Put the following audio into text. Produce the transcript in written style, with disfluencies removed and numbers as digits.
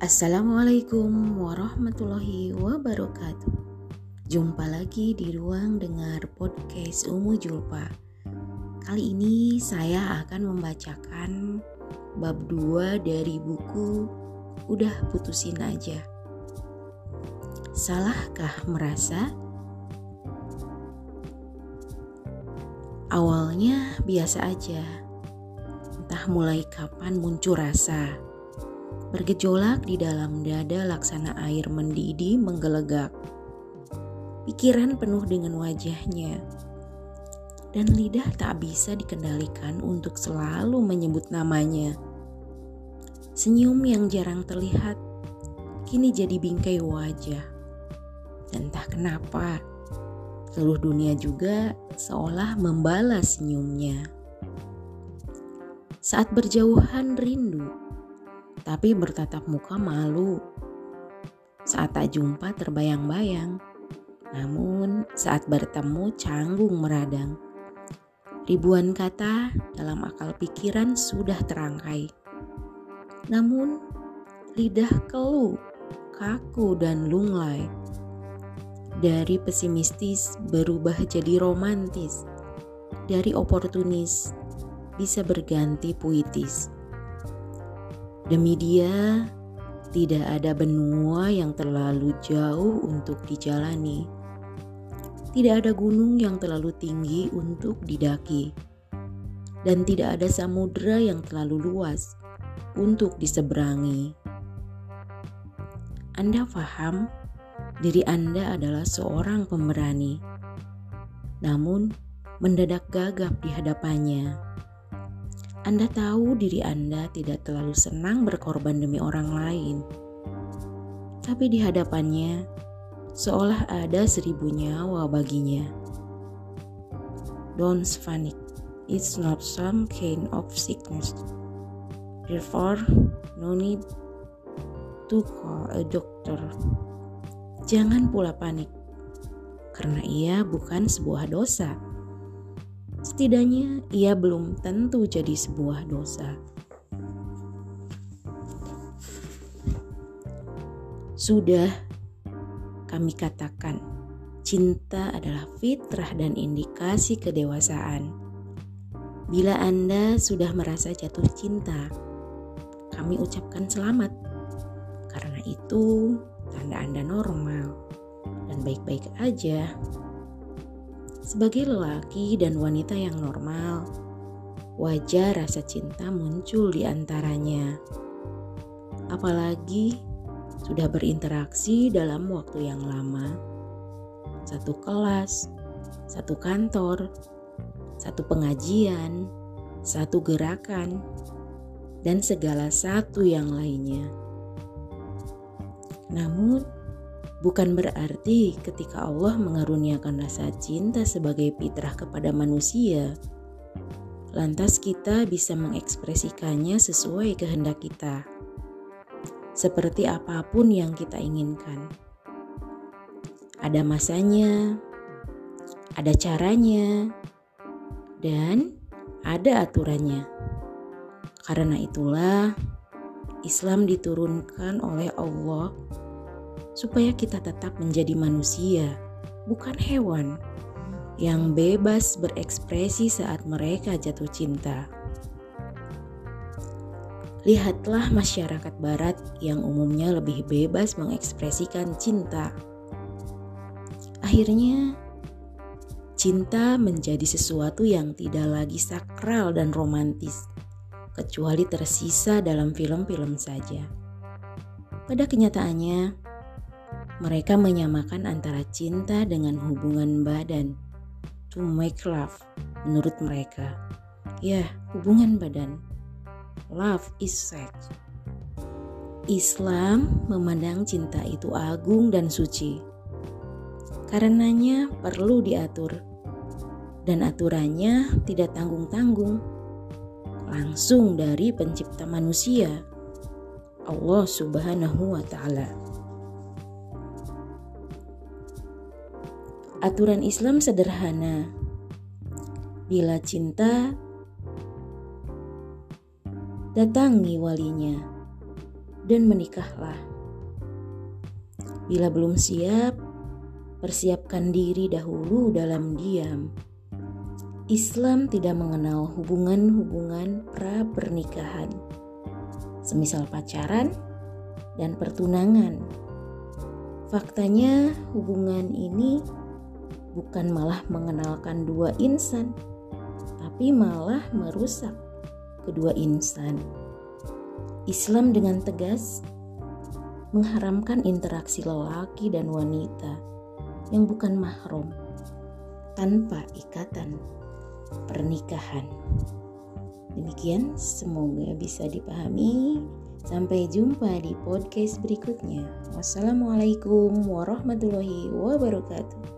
Assalamualaikum warahmatullahi wabarakatuh. Jumpa lagi di ruang dengar podcast Umu Julpa. Kali ini saya akan membacakan bab 2 dari buku Udah Putusin Aja. Salahkah merasa? Awalnya biasa aja. Entah mulai kapan muncul rasa bergejolak di dalam dada laksana air mendidih menggelegak. Pikiran penuh dengan wajahnya. Dan lidah tak bisa dikendalikan untuk selalu menyebut namanya. Senyum yang jarang terlihat kini jadi bingkai wajah. Dan entah kenapa, seluruh dunia juga seolah membalas senyumnya. Saat berjauhan rindu, tapi bertatap muka malu. Saat tak jumpa terbayang-bayang, namun saat bertemu canggung meradang. Ribuan kata dalam akal pikiran sudah terangkai. Namun lidah keluh, kaku dan lunglai. Dari pesimistis berubah jadi romantis. Dari oportunis bisa berganti puitis. Demi dia, tidak ada benua yang terlalu jauh untuk dijalani. Tidak ada gunung yang terlalu tinggi untuk didaki. Dan tidak ada samudera yang terlalu luas untuk diseberangi. Anda paham, diri Anda adalah seorang pemberani. Namun, mendadak gagap di hadapannya. Anda tahu diri Anda tidak terlalu senang berkorban demi orang lain. Tapi di hadapannya, seolah ada 1000 nyawa baginya. Don't panic, it's not some kind of sickness. Therefore, no need to call a doctor. Jangan pula panik, karena ia bukan sebuah dosa. Setidaknya ia belum tentu jadi sebuah dosa. Sudah kami katakan, cinta adalah fitrah dan indikasi kedewasaan. Bila Anda sudah merasa jatuh cinta, kami ucapkan selamat. Karena itu tanda Anda normal dan baik-baik aja. Sebagai lelaki dan wanita yang normal, wajar rasa cinta muncul di antaranya. Apalagi sudah berinteraksi dalam waktu yang lama. Satu kelas, satu kantor, satu pengajian, satu gerakan, dan segala satu yang lainnya. Namun, bukan berarti ketika Allah mengaruniakan rasa cinta sebagai fitrah kepada manusia, lantas kita bisa mengekspresikannya sesuai kehendak kita, seperti apapun yang kita inginkan. Ada masanya, ada caranya, dan ada aturannya. Karena itulah Islam diturunkan oleh Allah supaya kita tetap menjadi manusia, bukan hewan, yang bebas berekspresi saat mereka jatuh cinta. Lihatlah masyarakat barat yang umumnya lebih bebas mengekspresikan cinta. Akhirnya, cinta menjadi sesuatu yang tidak lagi sakral dan romantis, kecuali tersisa dalam film-film saja. Pada kenyataannya, mereka menyamakan antara cinta dengan hubungan badan. To make love, menurut mereka. Ya, hubungan badan. Love is sex. Islam memandang cinta itu agung dan suci. Karenanya perlu diatur. Dan aturannya tidak tanggung-tanggung. Langsung dari pencipta manusia, Allah Subhanahu wa Ta'ala. Aturan Islam sederhana. Bila cinta, datangi walinya. dan menikahlah. Bila belum siap, persiapkan diri dahulu dalam diam. Islam tidak mengenal hubungan-hubungan pra-pernikahan, semisal pacaran dan pertunangan. Faktanya, hubungan ini bukan malah mengenalkan dua insan, tapi malah merusak kedua insan. Islam dengan tegas mengharamkan interaksi lelaki dan wanita yang bukan mahram tanpa ikatan pernikahan. Demikian, semoga bisa dipahami. Sampai jumpa di podcast berikutnya. Wassalamualaikum warahmatullahi wabarakatuh.